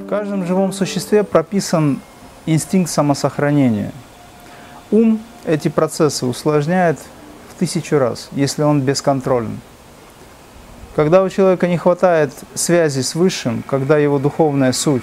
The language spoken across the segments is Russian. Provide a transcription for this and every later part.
В каждом живом существе прописан инстинкт самосохранения. Ум эти процессы усложняет в 1000 раз, если он бесконтролен. Когда у человека не хватает связи с Высшим, когда его духовная суть,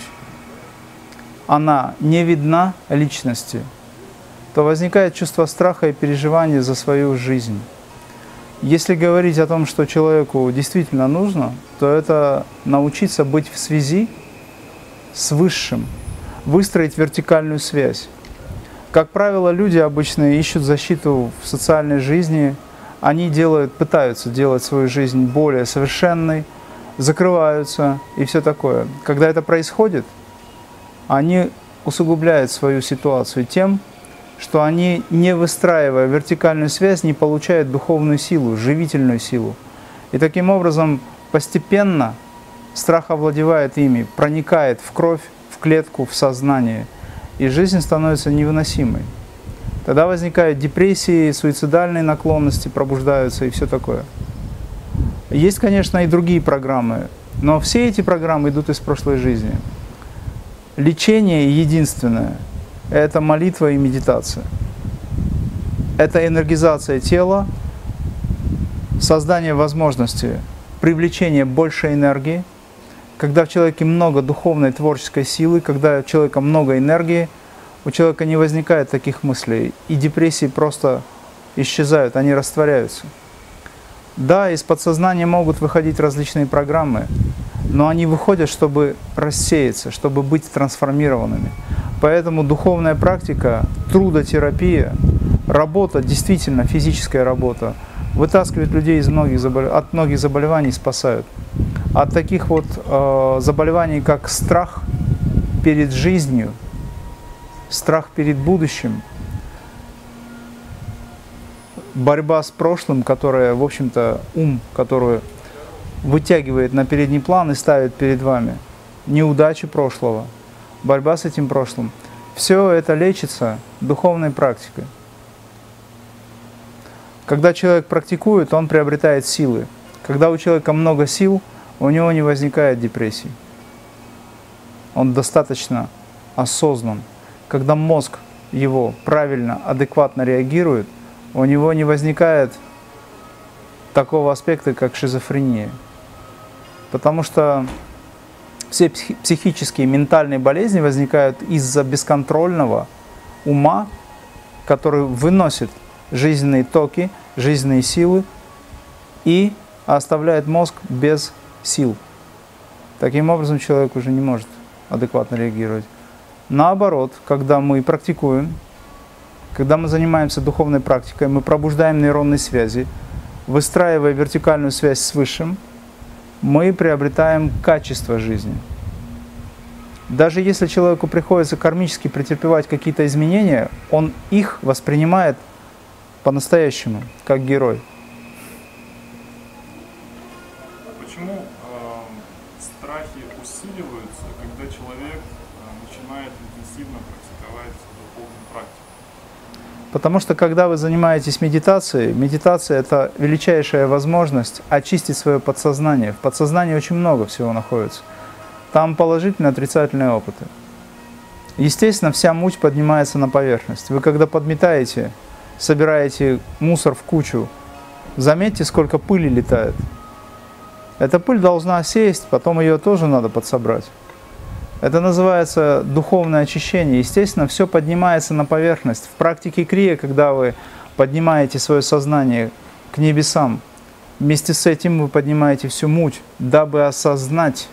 она не видна личности, то возникает чувство страха и переживания за свою жизнь. Если говорить о том, что человеку действительно нужно, то это научиться быть в связи с Высшим, выстроить вертикальную связь. Как правило, люди обычно ищут защиту в социальной жизни, они пытаются делать свою жизнь более совершенной, закрываются и все такое. Когда это происходит, они усугубляют свою ситуацию тем, что они, не выстраивая вертикальную связь, не получают духовную силу, живительную силу. И таким образом постепенно страх овладевает ими, проникает в кровь, в клетку, в сознание, и жизнь становится невыносимой. Тогда возникают депрессии, суицидальные наклонности, пробуждаются и все такое. Есть, конечно, и другие программы, но все эти программы идут из прошлой жизни. Лечение единственное – это молитва и медитация. Это энергизация тела, создание возможности привлечения большей энергии. Когда в человеке много духовной творческой силы, когда у человека много энергии, у человека не возникает таких мыслей, и депрессии просто исчезают, они растворяются. Да, из подсознания могут выходить различные программы, но они выходят, чтобы рассеяться, чтобы быть трансформированными. Поэтому духовная практика, трудотерапия, работа, действительно физическая работа, вытаскивает людей из от многих заболеваний, спасают. От таких вот заболеваний, как страх перед жизнью, страх перед будущим, борьба с прошлым, которая, в общем-то, ум, который вытягивает на передний план и ставит перед вами неудачи прошлого, борьба с этим прошлым. Все это лечится духовной практикой. Когда человек практикует, он приобретает силы. Когда у человека много сил, у него не возникает депрессий. Он достаточно осознан. Когда мозг его правильно, адекватно реагирует, у него не возникает такого аспекта, как шизофрения. Потому что все психические, ментальные болезни возникают из-за бесконтрольного ума, который выносит жизненные токи, жизненные силы и оставляет мозг без сил. Таким образом, человек уже не может адекватно реагировать. Наоборот, когда мы практикуем, когда мы занимаемся духовной практикой, мы пробуждаем нейронные связи, выстраивая вертикальную связь с Высшим, мы приобретаем качество жизни. Даже если человеку приходится кармически претерпевать какие-то изменения, он их воспринимает по-настоящему, как герой. Почему страхи усиливаются, когда человек начинает интенсивно практиковать духовную практику? Потому что, когда вы занимаетесь медитацией, медитация – это величайшая возможность очистить свое подсознание. В подсознании очень много всего находится. Там положительные и отрицательные опыты. Естественно, вся муть поднимается на поверхность. Вы когда подметаете, собираете мусор в кучу, заметьте, сколько пыли летает. Эта пыль должна сесть, потом ее тоже надо подсобрать. Это называется духовное очищение. Естественно, все поднимается на поверхность. В практике крия, когда вы поднимаете свое сознание к небесам, вместе с этим вы поднимаете всю муть, дабы осознать,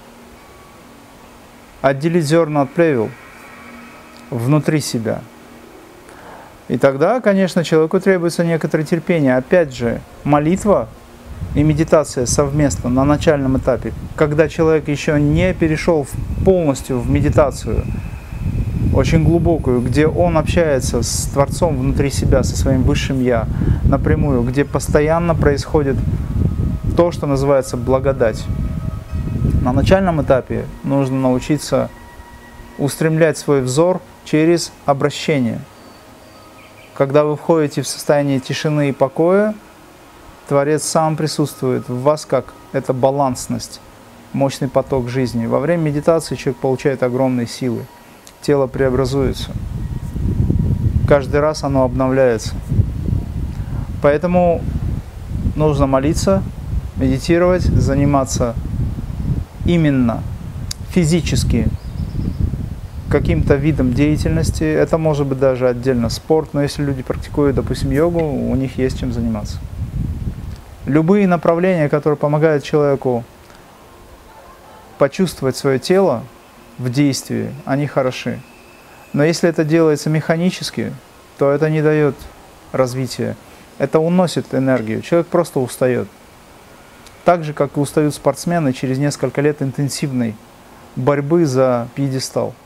отделить зерна от плевел внутри себя. И тогда, конечно, человеку требуется некоторое терпение. Опять же, молитва и медитация совместно на начальном этапе, когда человек еще не перешел полностью в медитацию, очень глубокую, где он общается с Творцом внутри себя, со своим Высшим Я напрямую, где постоянно происходит то, что называется благодать. На начальном этапе нужно научиться устремлять свой взор через обращение. Когда вы входите в состояние тишины и покоя, Творец сам присутствует в вас, как эта балансность. мощный поток жизни. Во время медитации человек получает огромные силы. Тело преобразуется. Каждый раз оно обновляется. Поэтому нужно молиться, медитировать, заниматься именно физически каким-то видом деятельности. Это может быть даже отдельно спорт, но если люди практикуют, допустим, йогу, у них есть чем заниматься. Любые направления, которые помогают человеку почувствовать свое тело в действии, они хороши. Но если это делается механически, то это не дает развития. Это уносит энергию. Человек просто устает. Так же, как и устают спортсмены через несколько лет интенсивной борьбы за пьедестал.